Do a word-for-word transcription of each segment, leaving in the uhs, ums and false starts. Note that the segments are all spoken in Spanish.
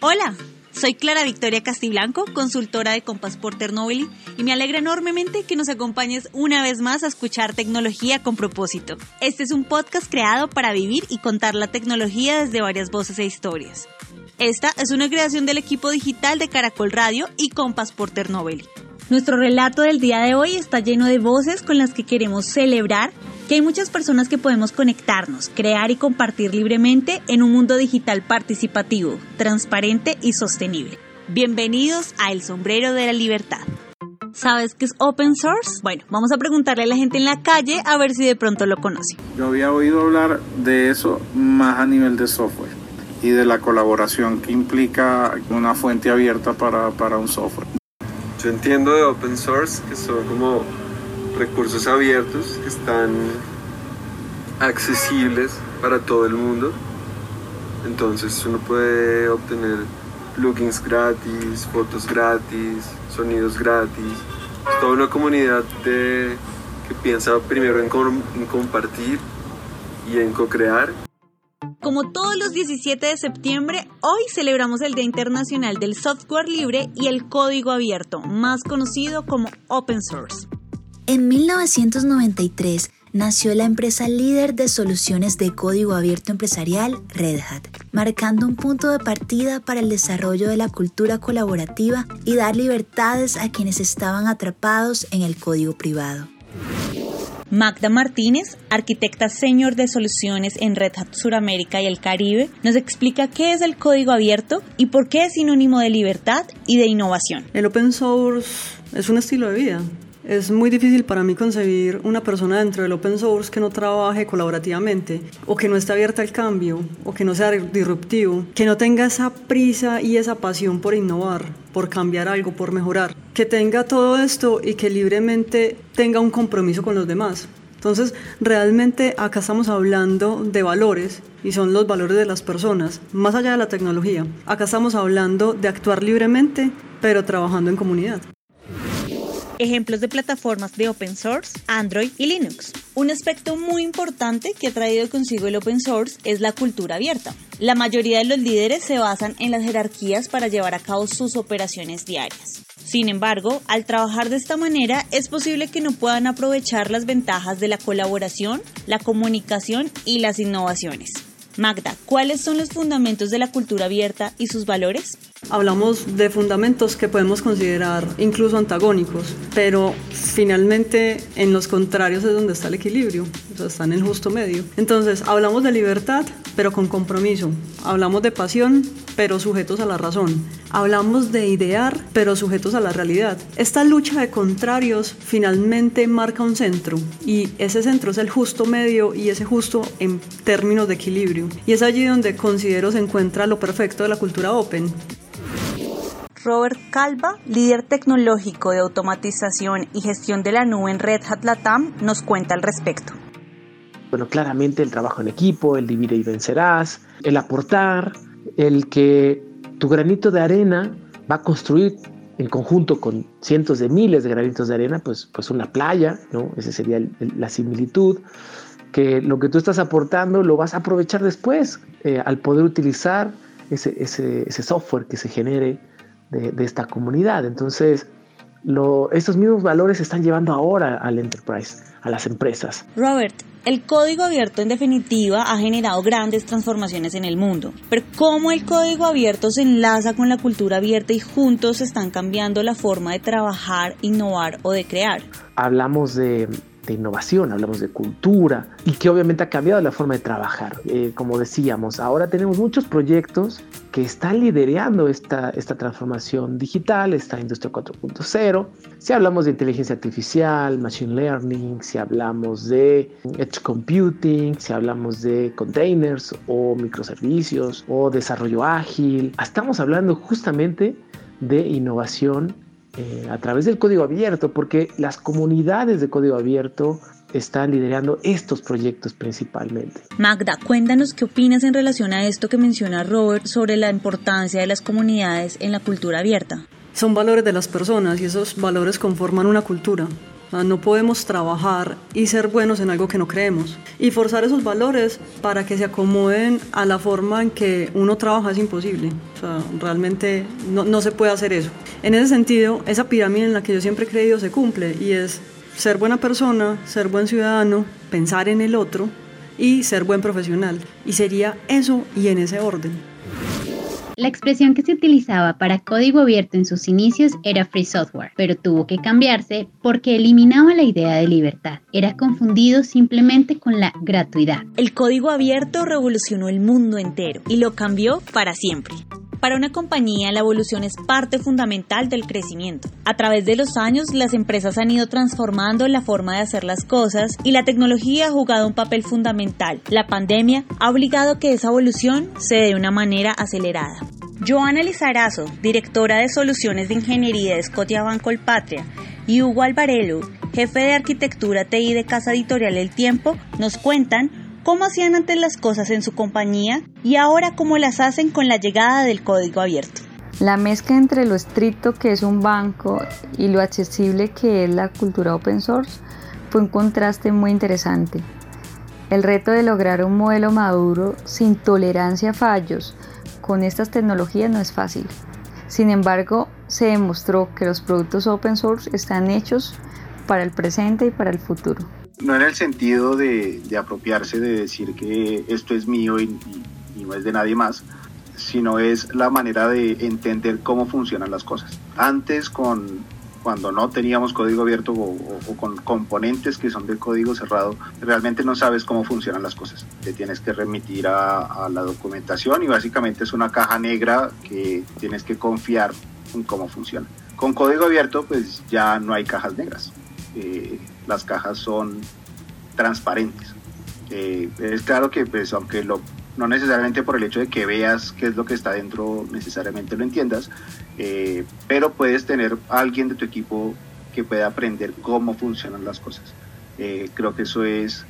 Hola, soy Clara Victoria Castiblanco, consultora de Compass Porter Novelty, y me alegra enormemente que nos acompañes una vez más a escuchar Tecnología con Propósito. Este es un podcast creado para vivir y contar la tecnología desde varias voces e historias. Esta es una creación del equipo digital de Caracol Radio y Compass Porter Novelty. Nuestro relato del día de hoy está lleno de voces con las que queremos celebrar que hay muchas personas que podemos conectarnos, crear y compartir libremente en un mundo digital participativo, transparente y sostenible. Bienvenidos a El Sombrero de la Libertad. ¿Sabes qué es open source? Bueno, vamos a preguntarle a la gente en la calle a ver si de pronto lo conoce. Yo había oído hablar de eso más a nivel de software y de la colaboración que implica una fuente abierta para, para un software. Yo entiendo de open source que son como recursos abiertos que están accesibles para todo el mundo. Entonces uno puede obtener plugins gratis, fotos gratis, sonidos gratis. Es toda una comunidad de, que piensa primero en, com, en compartir y en co-crear. Como todos los diecisiete de septiembre, hoy celebramos el Día Internacional del Software Libre y el Código Abierto, más conocido como Open Source. En mil novecientos noventa y tres nació la empresa líder de soluciones de código abierto empresarial Red Hat, marcando un punto de partida para el desarrollo de la cultura colaborativa y dar libertades a quienes estaban atrapados en el código privado. Magda Martínez, arquitecta senior de soluciones en Red Hat Suramérica y el Caribe, nos explica qué es el código abierto y por qué es sinónimo de libertad y de innovación. El open source es un estilo de vida. Es muy difícil para mí concebir una persona dentro del open source que no trabaje colaborativamente o que no esté abierta al cambio o que no sea disruptivo, que no tenga esa prisa y esa pasión por innovar, por cambiar algo, por mejorar, que tenga todo esto y que libremente tenga un compromiso con los demás. Entonces, realmente acá estamos hablando de valores y son los valores de las personas, más allá de la tecnología. Acá estamos hablando de actuar libremente, pero trabajando en comunidad. Ejemplos de plataformas de open source, Android y Linux. Un aspecto muy importante que ha traído consigo el open source es la cultura abierta. La mayoría de los líderes se basan en las jerarquías para llevar a cabo sus operaciones diarias. Sin embargo, al trabajar de esta manera, es posible que no puedan aprovechar las ventajas de la colaboración, la comunicación y las innovaciones. Magda, ¿cuáles son los fundamentos de la cultura abierta y sus valores? Hablamos de fundamentos que podemos considerar incluso antagónicos, pero finalmente en los contrarios es donde está el equilibrio, o sea, está en el justo medio. Entonces, hablamos de libertad, pero con compromiso. Hablamos de pasión, pero sujetos a la razón. Hablamos de idear, pero sujetos a la realidad. Esta lucha de contrarios finalmente marca un centro, y ese centro es el justo medio y ese justo en términos de equilibrio. Y es allí donde considero se encuentra lo perfecto de la cultura open. Robert Calva, líder tecnológico de automatización y gestión de la nube en Red Hat Latam, nos cuenta al respecto. Bueno, claramente el trabajo en equipo, el divide y vencerás, el aportar, el que tu granito de arena va a construir en conjunto con cientos de miles de granitos de arena, pues, pues una playa, ¿no? Esa sería el, el, la similitud, que lo que tú estás aportando lo vas a aprovechar después eh, al poder utilizar ese, ese, ese software que se genere De, de esta comunidad. Entonces, lo, estos mismos valores se están llevando ahora al enterprise, a las empresas. Robert, el código abierto en definitiva ha generado grandes transformaciones en el mundo, pero ¿cómo el código abierto se enlaza con la cultura abierta y juntos están cambiando la forma de trabajar, innovar o de crear? Hablamos de de innovación, hablamos de cultura y que obviamente ha cambiado la forma de trabajar. Eh, como decíamos, ahora tenemos muchos proyectos que están liderando esta, esta transformación digital, esta industria cuatro punto cero. Si hablamos de inteligencia artificial, machine learning, si hablamos de edge computing, si hablamos de containers o microservicios o desarrollo ágil, estamos hablando justamente de innovación Eh, a través del código abierto, porque las comunidades de código abierto están liderando estos proyectos principalmente. Magda, cuéntanos qué opinas en relación a esto que menciona Robert sobre la importancia de las comunidades en la cultura abierta. Son valores de las personas y esos valores conforman una cultura. O sea, no podemos trabajar y ser buenos en algo que no creemos. Y forzar esos valores para que se acomoden a la forma en que uno trabaja es imposible. O sea, realmente no, no se puede hacer eso. En ese sentido, esa pirámide en la que yo siempre he creído se cumple y es ser buena persona, ser buen ciudadano, pensar en el otro y ser buen profesional. Y sería eso y en ese orden. La expresión que se utilizaba para código abierto en sus inicios era free software, pero tuvo que cambiarse porque eliminaba la idea de libertad. Era confundido simplemente con la gratuidad. El código abierto revolucionó el mundo entero y lo cambió para siempre. Para una compañía, la evolución es parte fundamental del crecimiento. A través de los años, las empresas han ido transformando la forma de hacer las cosas y la tecnología ha jugado un papel fundamental. La pandemia ha obligado a que esa evolución se dé de una manera acelerada. Joana Lizarazo, directora de Soluciones de Ingeniería de Scotiabank Colpatria, y Hugo Alvarello, jefe de Arquitectura T I de Casa Editorial El Tiempo, nos cuentan cómo hacían antes las cosas en su compañía y ahora cómo las hacen con la llegada del código abierto. La mezcla entre lo estricto que es un banco y lo accesible que es la cultura open source fue un contraste muy interesante. El reto de lograr un modelo maduro sin tolerancia a fallos con estas tecnologías no es fácil. Sin embargo, se demostró que los productos open source están hechos para el presente y para el futuro. No en el sentido de, de apropiarse, de decir que esto es mío y, y, y no es de nadie más, sino es la manera de entender cómo funcionan las cosas. Antes, con, cuando no teníamos código abierto o, o, o con componentes que son de código cerrado, realmente no sabes cómo funcionan las cosas. Te tienes que remitir a, a la documentación y básicamente es una caja negra que tienes que confiar en cómo funciona. Con código abierto, pues ya no hay cajas negras. Eh, las cajas son transparentes. Eh, es claro que pues aunque lo, no necesariamente por el hecho de que veas qué es lo que está dentro necesariamente lo entiendas, eh, pero puedes tener a alguien de tu equipo que pueda aprender cómo funcionan las cosas. Eh, creo que eso es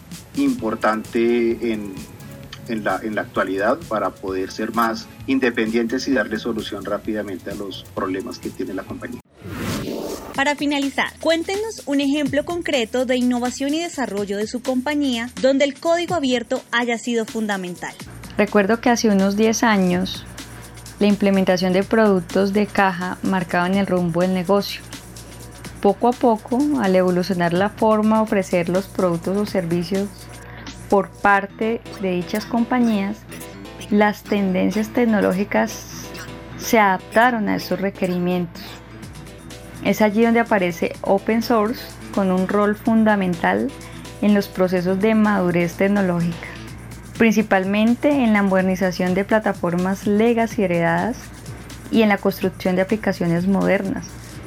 importante en, en, la, en la actualidad para poder ser más independientes y darle solución rápidamente a los problemas que tiene la compañía. Para finalizar, cuéntenos un ejemplo concreto de innovación y desarrollo de su compañía donde el código abierto haya sido fundamental. Recuerdo que hace unos diez años la implementación de productos de caja marcaba el rumbo del negocio. Poco a poco, al evolucionar la forma de ofrecer los productos o servicios por parte de dichas compañías, las tendencias tecnológicas se adaptaron a esos requerimientos. Es allí donde aparece Open Source con un rol fundamental en los procesos de madurez tecnológica, principalmente en la modernización de plataformas legacy heredadas y en la construcción de aplicaciones modernas.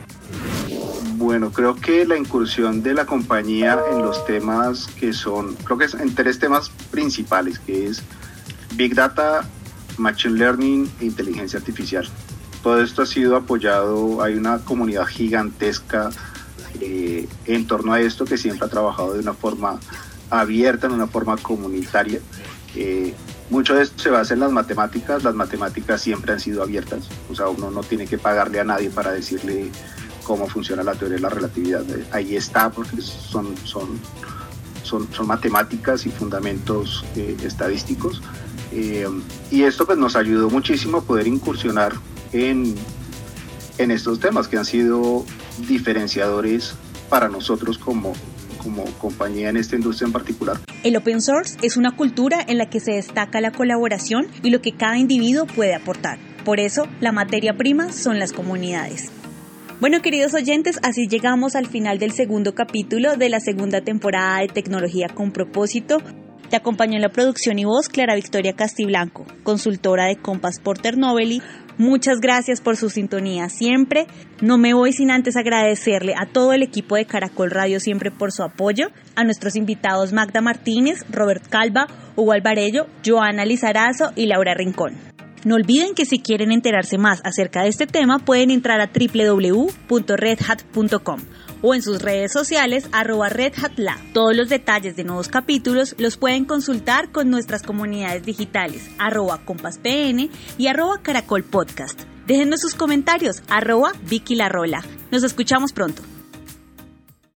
Bueno, creo que la incursión de la compañía en los temas que son, creo que es en tres temas principales, que es Big Data, Machine Learning e Inteligencia Artificial. Todo esto ha sido apoyado, hay una comunidad gigantesca eh, en torno a esto que siempre ha trabajado de una forma abierta, en una forma comunitaria. Eh, mucho de esto se basa en las matemáticas, las matemáticas siempre han sido abiertas, o sea, uno no tiene que pagarle a nadie para decirle cómo funciona la teoría de la relatividad. Ahí está, porque son, son, son, son matemáticas y fundamentos eh, estadísticos. Eh, y esto pues nos ayudó muchísimo a poder incursionar En, en estos temas que han sido diferenciadores para nosotros como, como compañía en esta industria en particular. El open source es una cultura en la que se destaca la colaboración y lo que cada individuo puede aportar. Por eso, la materia prima son las comunidades. Bueno, queridos oyentes, así llegamos al final del segundo capítulo de la segunda temporada de Tecnología con Propósito. Te acompañó en la producción y voz Clara Victoria Castiblanco, consultora de Compass Porter Novelty. Muchas gracias por su sintonía siempre. No me voy sin antes agradecerle a todo el equipo de Caracol Radio siempre por su apoyo, a nuestros invitados Magda Martínez, Robert Calva, Hugo Alvarello, Joana Lizarazo y Laura Rincón. No olviden que si quieren enterarse más acerca de este tema pueden entrar a doble u doble u doble u punto red hat punto com o en sus redes sociales arroba redhatlab. Todos los detalles de nuevos capítulos los pueden consultar con nuestras comunidades digitales arroba compaspn y arroba caracol podcast. Déjennos sus comentarios arroba Vicky Larrola. Nos escuchamos pronto.